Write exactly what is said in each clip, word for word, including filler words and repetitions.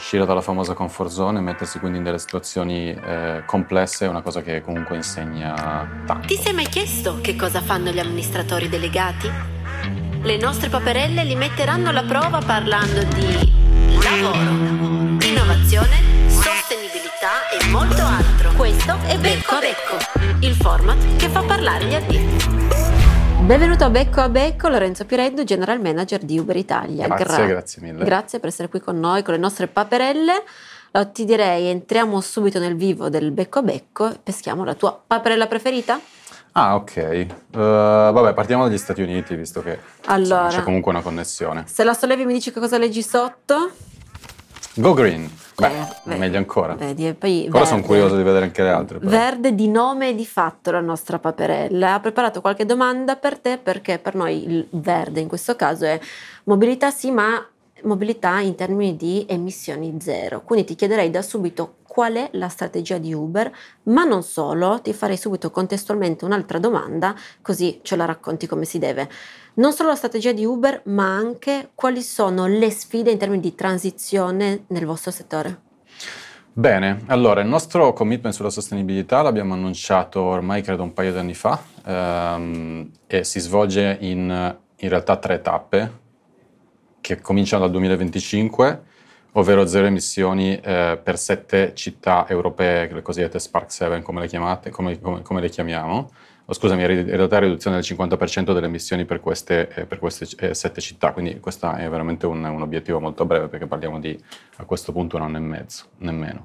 uscire dalla famosa comfort zone e mettersi quindi in delle situazioni eh, complesse è una cosa che comunque insegna tanto. Ti sei mai chiesto che cosa fanno gli amministratori delegati? Le nostre paperelle li metteranno alla prova parlando di lavoro, innovazione, sostenibilità e molto altro. Questo è Becco a Becco, il format che fa parlare gli addetti. Benvenuto a Becco a Becco, Lorenzo Pireddu, General Manager di Uber Italia. Grazie, Gra- grazie mille. Grazie per essere qui con noi, con le nostre paperelle. Allora, ti direi, entriamo subito nel vivo del Becco a Becco, peschiamo la tua paperella preferita? Ah, ok. Uh, vabbè, partiamo dagli Stati Uniti, visto che allora, insomma, c'è comunque una connessione. Se la sollevi mi dici che cosa leggi sotto? Go green. Beh, eh, meglio ancora. Vedi, e poi Ora verde. sono curioso di vedere anche le altre. Però. Verde di nome e di fatto la nostra paperella. Ha preparato qualche domanda per te, perché per noi il verde in questo caso è mobilità sì, ma mobilità in termini di emissioni zero. Quindi ti chiederei da subito qual è la strategia di Uber, ma non solo, ti farei subito contestualmente un'altra domanda, così ce la racconti come si deve. Non solo la strategia di Uber, ma anche quali sono le sfide in termini di transizione nel vostro settore? Bene, allora il nostro commitment sulla sostenibilità l'abbiamo annunciato ormai credo un paio di anni fa ehm, e si svolge in, in realtà tre tappe che cominciano dal duemilaventicinque, ovvero zero emissioni eh, per sette città europee, le cosiddette Spark sette come le chiamate, come, come, come le chiamiamo. Oh, scusami, in realtà riduzione del cinquanta per cento delle emissioni per queste, eh, per queste eh, sette città, quindi questo è veramente un, un obiettivo molto breve perché parliamo di a questo punto un anno e mezzo, nemmeno.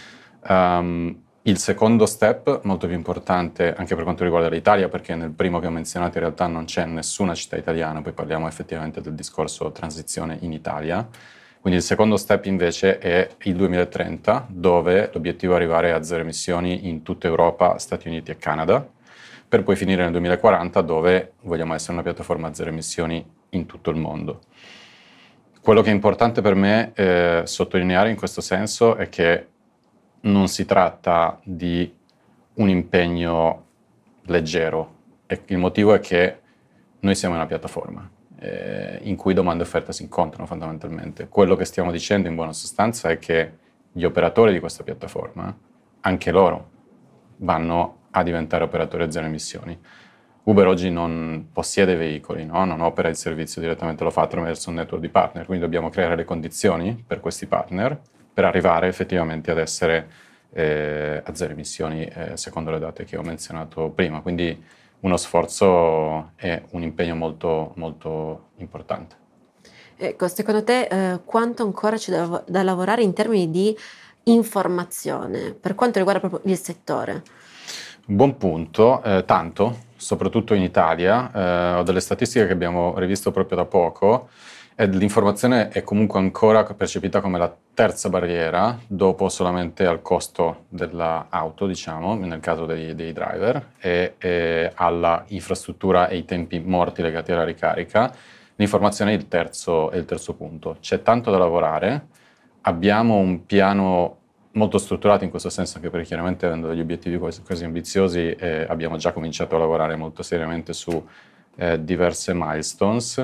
Um, il secondo step, molto più importante anche per quanto riguarda l'Italia, perché nel primo che ho menzionato in realtà non c'è nessuna città italiana, poi parliamo effettivamente del discorso transizione in Italia. Quindi il secondo step invece è il duemilatrenta, dove l'obiettivo è arrivare a zero emissioni in tutta Europa, Stati Uniti e Canada, per poi finire nel duemilaquaranta dove vogliamo essere una piattaforma a zero emissioni in tutto il mondo. Quello che è importante per me eh, sottolineare in questo senso è che non si tratta di un impegno leggero. E il motivo è che noi siamo una piattaforma eh, in cui domanda e offerta si incontrano fondamentalmente. Quello che stiamo dicendo in buona sostanza è che gli operatori di questa piattaforma, anche loro, vanno a diventare operatori a zero emissioni. Uber oggi non possiede veicoli, no? Non opera il servizio direttamente, lo fa attraverso un network di partner, quindi dobbiamo creare le condizioni per questi partner per arrivare effettivamente ad essere eh, a zero emissioni eh, secondo le date che ho menzionato prima. Quindi uno sforzo e un impegno molto, molto importante. Ecco, secondo te eh, quanto ancora c'è da, da lavorare in termini di informazione per quanto riguarda proprio il settore? Buon punto, eh, tanto, soprattutto in Italia. Eh, ho delle statistiche che abbiamo rivisto proprio da poco. L'informazione è comunque ancora percepita come la terza barriera, dopo solamente al costo dell'auto, diciamo, nel caso dei, dei driver, e, e alla infrastruttura e i tempi morti legati alla ricarica. L'informazione è il terzo, è il terzo punto. C'è tanto da lavorare, abbiamo un piano molto strutturato in questo senso, anche perché chiaramente avendo degli obiettivi così, così ambiziosi eh, abbiamo già cominciato a lavorare molto seriamente su eh, diverse milestones,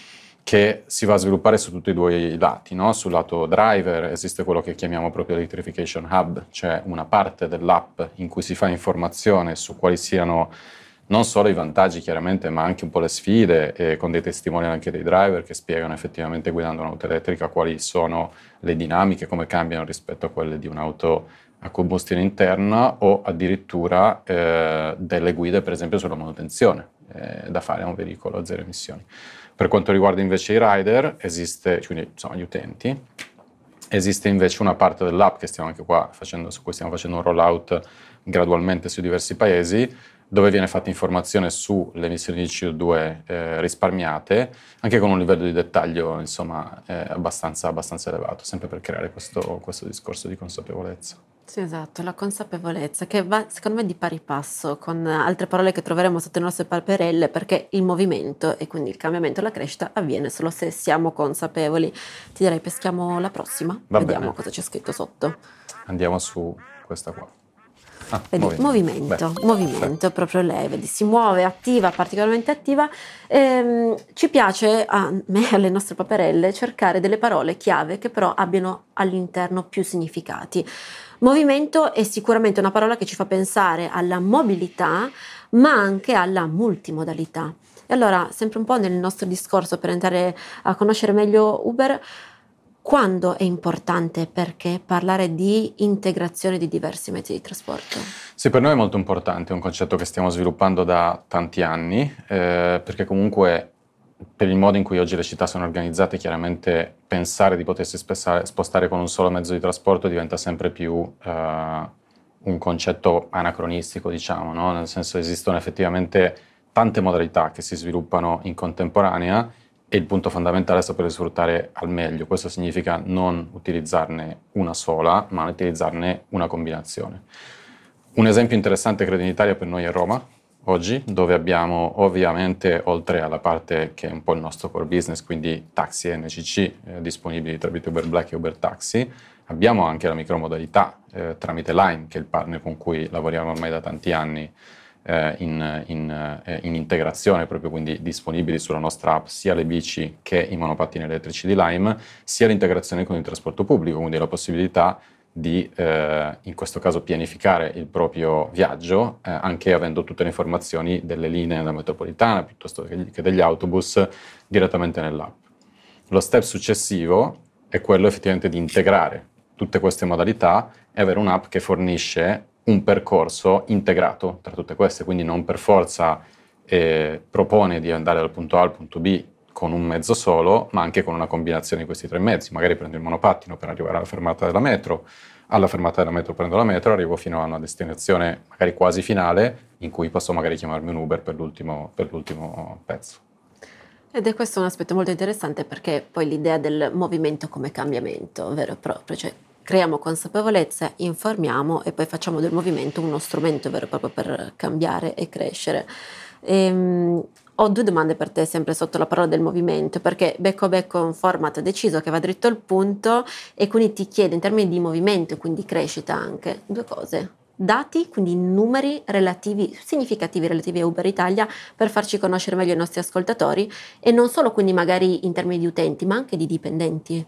che si va a sviluppare su tutti e due i lati, no? Sul lato driver esiste quello che chiamiamo proprio Electrification Hub, cioè una parte dell'app in cui si fa informazione su quali siano non solo i vantaggi chiaramente, ma anche un po' le sfide, e con dei testimonial anche dei driver che spiegano effettivamente guidando un'auto elettrica quali sono le dinamiche, come cambiano rispetto a quelle di un'auto a combustione interna, o addirittura eh, delle guide per esempio sulla manutenzione eh, da fare a un veicolo a zero emissioni. Per quanto riguarda invece i rider, esiste, quindi insomma gli utenti, esiste invece una parte dell'app che stiamo anche qua facendo, su cui stiamo facendo un rollout gradualmente su diversi paesi, dove viene fatta informazione sulle emissioni di C O due eh, risparmiate, anche con un livello di dettaglio insomma eh, abbastanza, abbastanza elevato, sempre per creare questo, questo discorso di consapevolezza. Sì, esatto, la consapevolezza che va secondo me di pari passo con altre parole che troveremo sotto le nostre paperelle, perché il movimento e quindi il cambiamento e la crescita avviene solo se siamo consapevoli. Ti direi peschiamo la prossima, Va vediamo bene. cosa c'è scritto sotto. Andiamo su questa qua. Ah, Vedi, movimento, movimento, movimento, proprio lei, vedi, si muove, attiva, particolarmente attiva. Ehm, ci piace, a me e alle nostre paperelle, cercare delle parole chiave che però abbiano all'interno più significati. Movimento è sicuramente una parola che ci fa pensare alla mobilità, ma anche alla multimodalità. E allora, sempre un po' nel nostro discorso per entrare a conoscere meglio Uber, quando è importante per perché parlare di integrazione di diversi mezzi di trasporto? Sì, per noi è molto importante, è un concetto che stiamo sviluppando da tanti anni, eh, perché comunque per il modo in cui oggi le città sono organizzate, chiaramente pensare di potersi spessare- spostare con un solo mezzo di trasporto diventa sempre più eh, un concetto anacronistico, diciamo, no? Nel senso esistono effettivamente tante modalità che si sviluppano in contemporanea e il punto fondamentale è saperle sfruttare al meglio. Questo significa non utilizzarne una sola, ma utilizzarne una combinazione. Un esempio interessante, credo, in Italia per noi è Roma, oggi, dove abbiamo ovviamente, oltre alla parte che è un po' il nostro core business, quindi taxi e N C C eh, disponibili tramite Uber Black e Uber Taxi, abbiamo anche la micromodalità eh, tramite Lime, che è il partner con cui lavoriamo ormai da tanti anni, eh, in, in, eh, in integrazione, proprio quindi disponibili sulla nostra app sia le bici che i monopattini elettrici di Lime, sia l'integrazione con il trasporto pubblico, quindi la possibilità di, eh, in questo caso, pianificare il proprio viaggio, eh, anche avendo tutte le informazioni delle linee della metropolitana piuttosto che, che degli autobus direttamente nell'app. Lo step successivo è quello effettivamente di integrare tutte queste modalità e avere un'app che fornisce un percorso integrato tra tutte queste, quindi non per forza eh, propone di andare dal punto A al punto B con un mezzo solo, ma anche con una combinazione di questi tre mezzi. Magari prendo il monopattino per arrivare alla fermata della metro, alla fermata della metro prendo la metro, arrivo fino a una destinazione magari quasi finale, in cui posso magari chiamarmi un Uber per l'ultimo, per l'ultimo pezzo. Ed è questo un aspetto molto interessante perché poi l'idea del movimento come cambiamento vero e proprio, cioè creiamo consapevolezza, informiamo e poi facciamo del movimento uno strumento vero e proprio per cambiare e crescere. Ehm, ho due domande per te, sempre sotto la parola del movimento, perché Becco a Becco è un format deciso che va dritto al punto e quindi ti chiede in termini di movimento, quindi crescita anche, due cose. Dati, quindi numeri relativi, significativi relativi a Uber Italia per farci conoscere meglio i nostri ascoltatori e non solo quindi magari in termini di utenti, ma anche di dipendenti.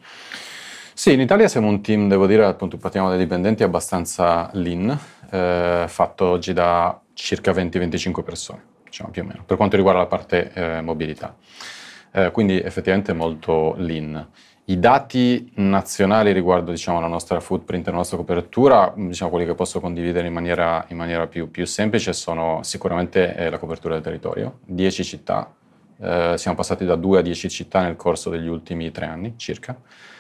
Sì, in Italia siamo un team, devo dire, appunto partiamo dai dipendenti, abbastanza lean, eh, fatto oggi da circa venti venticinque persone, diciamo più o meno, per quanto riguarda la parte eh, mobilità. Eh, quindi effettivamente molto lean. I dati nazionali riguardo, diciamo, la nostra footprint e la nostra copertura, diciamo quelli che posso condividere in maniera, in maniera più, più semplice, sono sicuramente eh, la copertura del territorio, dieci città, eh, siamo passati da due a dieci città nel corso degli ultimi tre anni circa,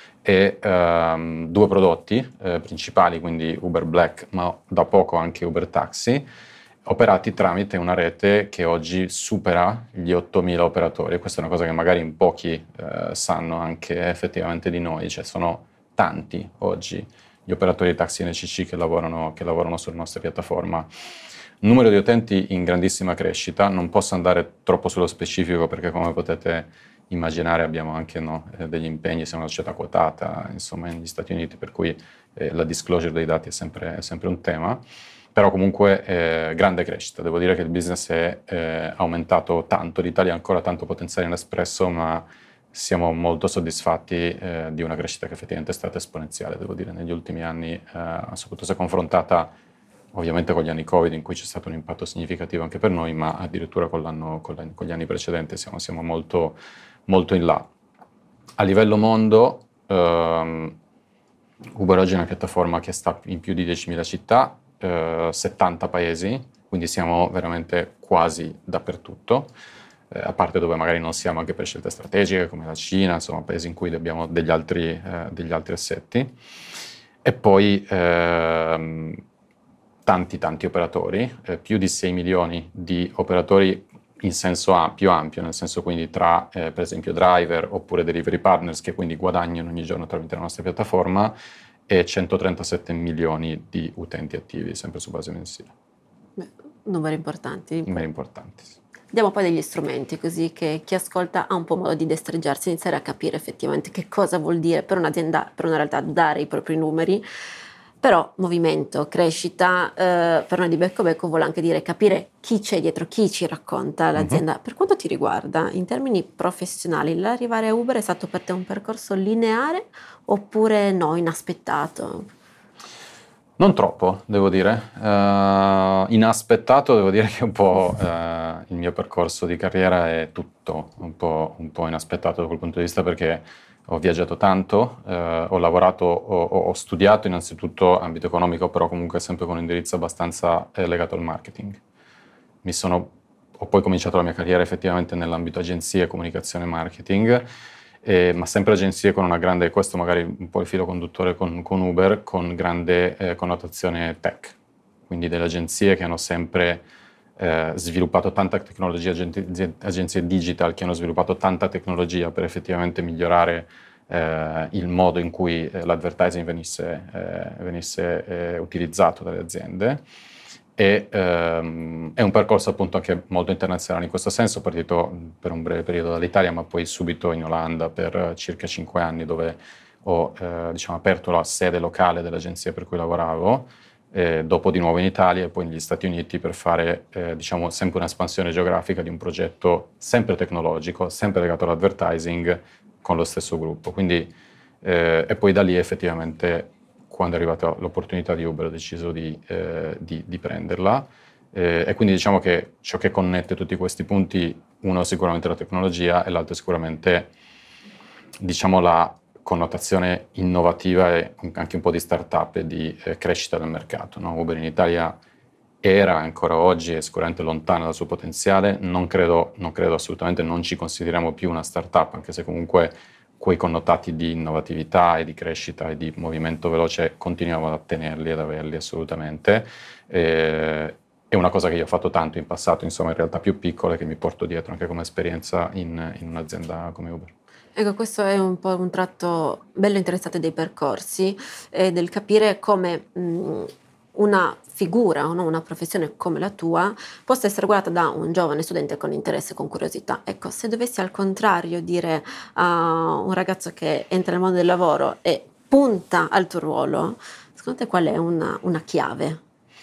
e ehm, due prodotti eh, principali, quindi Uber Black, ma da poco anche Uber Taxi, operati tramite una rete che oggi supera gli ottomila operatori. Questa è una cosa che magari in pochi eh, sanno anche effettivamente di noi, cioè sono tanti oggi gli operatori di taxi N C C che lavorano, che lavorano sulla nostra piattaforma. Numero di utenti in grandissima crescita, non posso andare troppo sullo specifico perché, come potete immaginare, abbiamo anche no, eh, degli impegni, siamo una società quotata, insomma, negli Stati Uniti, per cui eh, la disclosure dei dati è sempre, è sempre un tema. Però comunque eh, grande crescita, devo dire che il business è eh, aumentato tanto, l'Italia ha ancora tanto potenziale in espresso, ma siamo molto soddisfatti eh, di una crescita che effettivamente è stata esponenziale, devo dire, negli ultimi anni, eh, soprattutto se confrontata ovviamente con gli anni Covid, in cui c'è stato un impatto significativo anche per noi, ma addirittura con, l'anno, con, la, con gli anni precedenti siamo, siamo molto, molto in là. A livello mondo, ehm, Uber oggi è una piattaforma che sta in più di diecimila città, eh, settanta paesi, quindi siamo veramente quasi dappertutto, eh, a parte dove magari non siamo anche per scelte strategiche come la Cina, insomma paesi in cui abbiamo degli altri, eh, degli altri assetti. E poi ehm, tanti tanti operatori, eh, più di sei milioni di operatori in senso a, più ampio, nel senso quindi tra eh, per esempio driver oppure delivery partners che quindi guadagnano ogni giorno tramite la nostra piattaforma e centotrentasette milioni di utenti attivi, sempre su base mensile. Beh, numeri importanti. Numeri importanti, sì. Diamo poi degli strumenti così che chi ascolta ha un po' modo di destreggiarsi, iniziare a capire effettivamente che cosa vuol dire per un'azienda, per una realtà dare i propri numeri. Però movimento, crescita, eh, per noi di Becco Becco vuole anche dire capire chi c'è dietro, chi ci racconta l'azienda. Mm-hmm. Per quanto ti riguarda, in termini professionali, l'arrivare a Uber è stato per te un percorso lineare oppure no, inaspettato? Non troppo, devo dire. Uh, inaspettato, devo dire che un po' uh, il mio percorso di carriera è tutto un po', un po' inaspettato da quel punto di vista, perché ho viaggiato tanto, uh, ho lavorato, ho, ho studiato innanzitutto ambito economico, però comunque sempre con un indirizzo abbastanza eh, legato al marketing. Mi sono, ho poi cominciato la mia carriera effettivamente nell'ambito agenzie, comunicazione e marketing, Eh, ma sempre agenzie con una grande, questo magari un po' il filo conduttore con, con Uber, con grande eh, connotazione tech, quindi delle agenzie che hanno sempre eh, sviluppato tanta tecnologia, agenzie, agenzie digital che hanno sviluppato tanta tecnologia per effettivamente migliorare eh, il modo in cui eh, l'advertising venisse, eh, venisse eh, utilizzato dalle aziende. E ehm, è un percorso appunto anche molto internazionale in questo senso, partito per un breve periodo dall'Italia, ma poi subito in Olanda per circa cinque anni, dove ho eh, diciamo, aperto la sede locale dell'agenzia per cui lavoravo, eh, dopo di nuovo in Italia e poi negli Stati Uniti per fare eh, diciamo, sempre un'espansione geografica di un progetto sempre tecnologico, sempre legato all'advertising con lo stesso gruppo. Quindi, eh, e poi da lì effettivamente, quando è arrivata l'opportunità di Uber, ho deciso di, eh, di, di prenderla. Eh, e quindi diciamo che ciò che connette tutti questi punti, uno sicuramente la tecnologia e l'altro sicuramente diciamo la connotazione innovativa e anche un po' di startup e di eh, crescita del mercato, no? Uber in Italia era ancora oggi è sicuramente lontana dal suo potenziale, non credo, non credo assolutamente, non ci consideriamo più una startup, anche se comunque quei connotati di innovatività e di crescita e di movimento veloce continuiamo a tenerli ed averli assolutamente. Eh, è una cosa che io ho fatto tanto in passato, insomma in realtà più piccole, che mi porto dietro anche come esperienza in, in un'azienda come Uber. Ecco, questo è un po' un tratto bello interessante dei percorsi e del capire come mh, una figura, no? Una professione come la tua possa essere guardata da un giovane studente con interesse e con curiosità. Ecco, se dovessi al contrario dire a un ragazzo che entra nel mondo del lavoro e punta al tuo ruolo, secondo te qual è una, una chiave?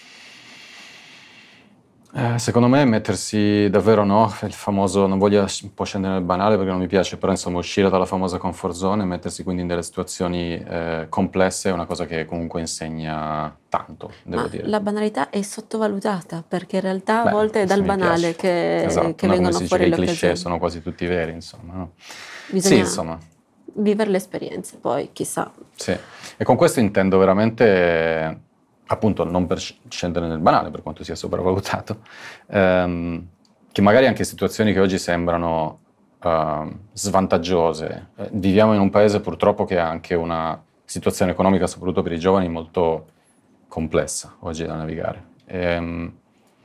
Eh, secondo me mettersi davvero, no, il famoso, non voglio un po' scendere nel banale perché non mi piace, però insomma uscire dalla famosa comfort zone e mettersi quindi in delle situazioni eh, complesse è una cosa che comunque insegna tanto, devo Ma dire. la banalità è sottovalutata perché in realtà Beh, a volte è dal banale che, esatto, che no, vengono come si dice fuori che le i cliché occasioni. sono quasi tutti veri, insomma, no? Bisogna Sì, insomma. vivere le esperienze, poi chissà. Sì, e con questo intendo veramente, appunto, non per scendere nel banale, per quanto sia sopravvalutato, ehm, che magari anche situazioni che oggi sembrano ehm, svantaggiose. Eh, viviamo in un paese purtroppo che ha anche una situazione economica, soprattutto per i giovani, molto complessa oggi da navigare. Ehm,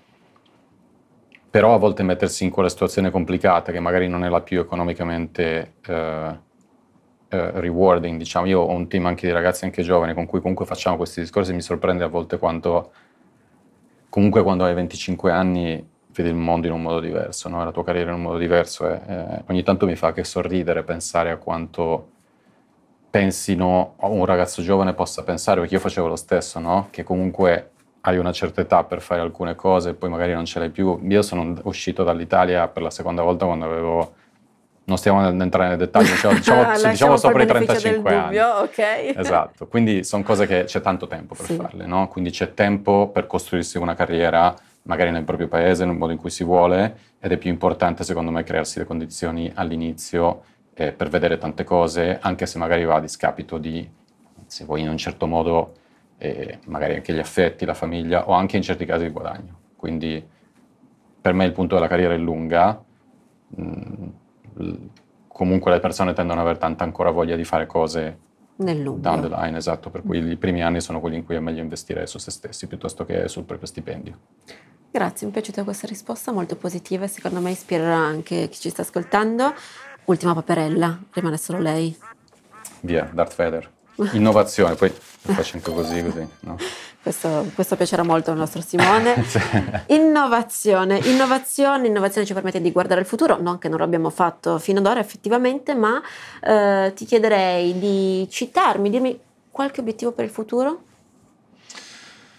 però a volte mettersi in quella situazione complicata, che magari non è la più economicamente eh, eh, rewarding, diciamo. Io ho un team anche di ragazzi anche giovani con cui comunque facciamo questi discorsi e mi sorprende a volte quanto comunque quando hai venticinque anni vedi il mondo in un modo diverso, no? La tua carriera in un modo diverso e eh, ogni tanto mi fa che sorridere pensare a quanto pensino un ragazzo giovane possa pensare, perché io facevo lo stesso, no? Che comunque hai una certa età per fare alcune cose e poi magari non ce l'hai più. Io sono uscito dall'Italia per la seconda volta quando avevo, non stiamo ad entrare nei dettagli, diciamo, diciamo, diciamo sopra i trentacinque anni. Dubbio, ok. Esatto, quindi sono cose che c'è tanto tempo per Sì. farle, no? Quindi c'è tempo per costruirsi una carriera magari nel proprio paese, nel modo in cui si vuole, ed è più importante secondo me crearsi le condizioni all'inizio eh, per vedere tante cose, anche se magari va a discapito di, se vuoi in un certo modo, eh, magari anche gli affetti, la famiglia o anche in certi casi il guadagno. Quindi per me il punto della carriera è lunga, mh, comunque le persone tendono ad avere tanta ancora voglia di fare cose nel lungo. Down the line, esatto, per cui i primi anni sono quelli in cui è meglio investire su se stessi piuttosto che sul proprio stipendio. Grazie, mi è piaciuta questa risposta molto positiva e secondo me ispirerà anche chi ci sta ascoltando. Ultima paperella, rimane solo lei. Via, Darth Vader. Innovazione, poi lo faccio anche così, così, no? Questo, questo piacerà molto al nostro Simone. Sì. Innovazione, innovazione, innovazione ci permette di guardare il futuro, non che non l'abbiamo fatto fino ad ora effettivamente, ma eh, ti chiederei di citarmi, dirmi qualche obiettivo per il futuro?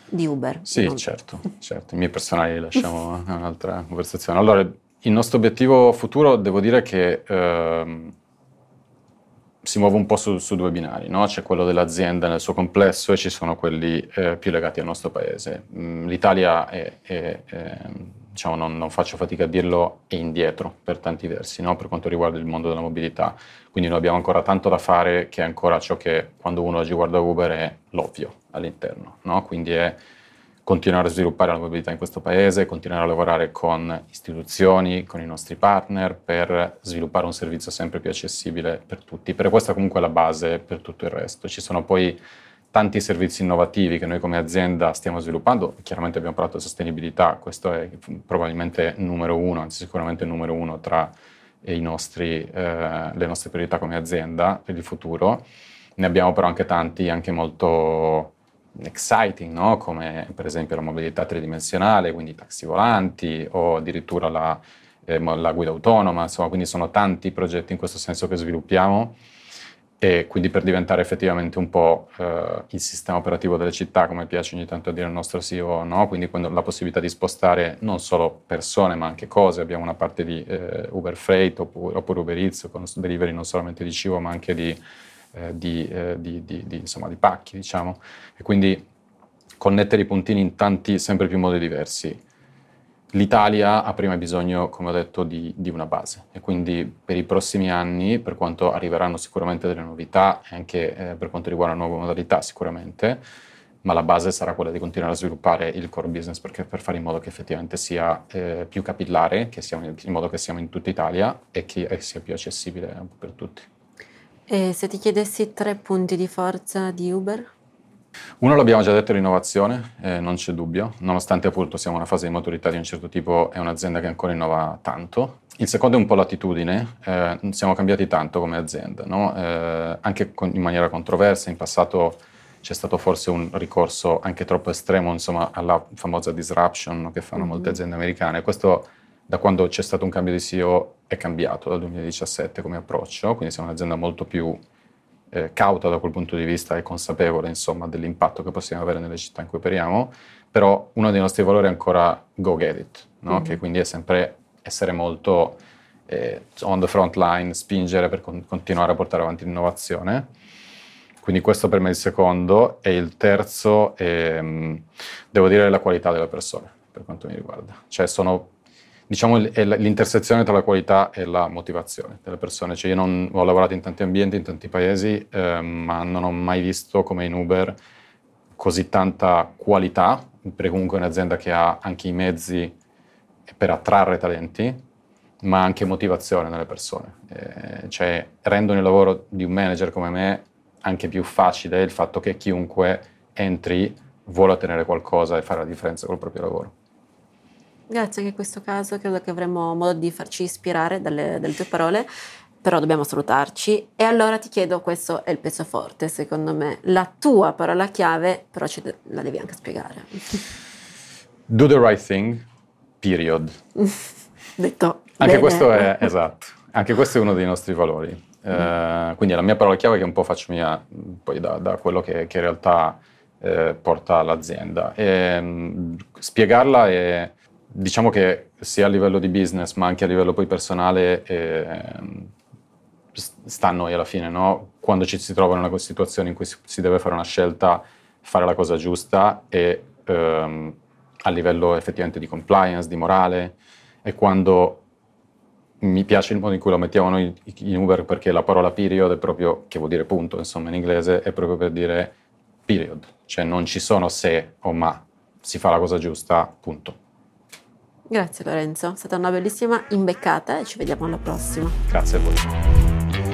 di Uber. Sì, non... certo, certo. I miei personali li lasciamo a un'altra conversazione. Allora, il nostro obiettivo futuro, devo dire che ehm, si muove un po' su, su due binari, no? C'è quello dell'azienda nel suo complesso e ci sono quelli eh, più legati al nostro paese. Mm, L'Italia è, è, è diciamo, non, non faccio fatica a dirlo, è indietro per tanti versi, no? Per quanto riguarda il mondo della mobilità. Quindi noi abbiamo ancora tanto da fare, che è ancora ciò che quando uno oggi guarda Uber è l'ovvio all'interno, no? Quindi è continuare a sviluppare la mobilità in questo paese, continuare a lavorare con istituzioni, con i nostri partner per sviluppare un servizio sempre più accessibile per tutti. Per questa comunque è la base per tutto il resto. Ci sono poi tanti servizi innovativi che noi come azienda stiamo sviluppando. Chiaramente abbiamo parlato di sostenibilità, questo è probabilmente numero uno, anzi sicuramente numero uno tra i nostri, eh, le nostre priorità come azienda per il futuro. Ne abbiamo però anche tanti, anche molto exciting, no? Come per esempio la mobilità tridimensionale, quindi i taxi volanti o addirittura la, eh, la guida autonoma, insomma, quindi sono tanti progetti in questo senso che sviluppiamo, e quindi per diventare effettivamente un po' eh, il sistema operativo delle città, come piace ogni tanto a dire il nostro C E O, no? Quindi quando la possibilità di spostare non solo persone ma anche cose. Abbiamo una parte di eh, Uber Freight oppure, oppure Uber Eats con delivery non solamente di cibo ma anche di Eh, di, eh, di, di, di, insomma, di pacchi, diciamo, e quindi connettere i puntini in tanti, sempre più modi diversi. L'Italia ha prima bisogno, come ho detto, di, di una base, e quindi per i prossimi anni, per quanto arriveranno sicuramente delle novità, e anche eh, per quanto riguarda nuove modalità sicuramente, ma la base sarà quella di continuare a sviluppare il core business, perché per fare in modo che effettivamente sia eh, più capillare, che sia in modo che siamo in tutta Italia e che eh, sia più accessibile un po' per tutti. E se ti chiedessi tre punti di forza di Uber? Uno l'abbiamo già detto, l'innovazione, eh, non c'è dubbio, nonostante appunto siamo in una fase di maturità di un certo tipo, è un'azienda che ancora innova tanto. Il secondo è un po' l'attitudine, eh, siamo cambiati tanto come azienda, no? eh, anche con, in maniera controversa. In passato c'è stato forse un ricorso anche troppo estremo, insomma, alla famosa disruption, no? Che fanno mm-hmm. molte aziende americane. Questo, da quando c'è stato un cambio di C E O, è cambiato dal duemiladiciassette come approccio, quindi siamo un'azienda molto più eh, cauta da quel punto di vista e consapevole, insomma, dell'impatto che possiamo avere nelle città in cui operiamo. Però uno dei nostri valori è ancora go get it, no? Mm-hmm. Che quindi è sempre essere molto eh, on the front line, spingere per con- continuare a portare avanti l'innovazione. Quindi questo per me è il secondo. E il terzo è, mh, devo dire, la qualità delle persone, per quanto mi riguarda. Cioè sono, diciamo, è l'intersezione tra la qualità e la motivazione delle persone. Cioè io non, ho lavorato in tanti ambienti, in tanti paesi, eh, ma non ho mai visto come in Uber così tanta qualità, perché comunque è un'azienda che ha anche i mezzi per attrarre talenti, ma anche motivazione nelle persone. Eh, cioè rendono il lavoro di un manager come me anche più facile il fatto che chiunque entri vuole ottenere qualcosa e fare la differenza col proprio lavoro. Grazie, anche in questo caso credo che avremo modo di farci ispirare dalle, dalle tue parole, però dobbiamo salutarci. E allora ti chiedo, questo è il pezzo forte secondo me, la tua parola chiave, però ce la devi anche spiegare. Do the right thing, period. Detto anche bene. Questo è, esatto, anche questo è uno dei nostri valori. Uh, quindi è la mia parola chiave, che un po' faccio mia poi da, da quello che, che in realtà eh, porta l'azienda. E, mh, spiegarla è, diciamo che sia a livello di business ma anche a livello poi personale eh, sta a noi alla fine, no? Quando ci si trova in una situazione in cui si, si deve fare una scelta, fare la cosa giusta e ehm, a livello effettivamente di compliance, di morale, e quando mi piace il modo in cui lo mettiamo noi in Uber, perché la parola period è proprio, che vuol dire punto, insomma in inglese, è proprio per dire period, cioè non ci sono se o ma, si fa la cosa giusta, punto. Grazie Lorenzo, è stata una bellissima imbeccata e ci vediamo alla prossima. Grazie a voi.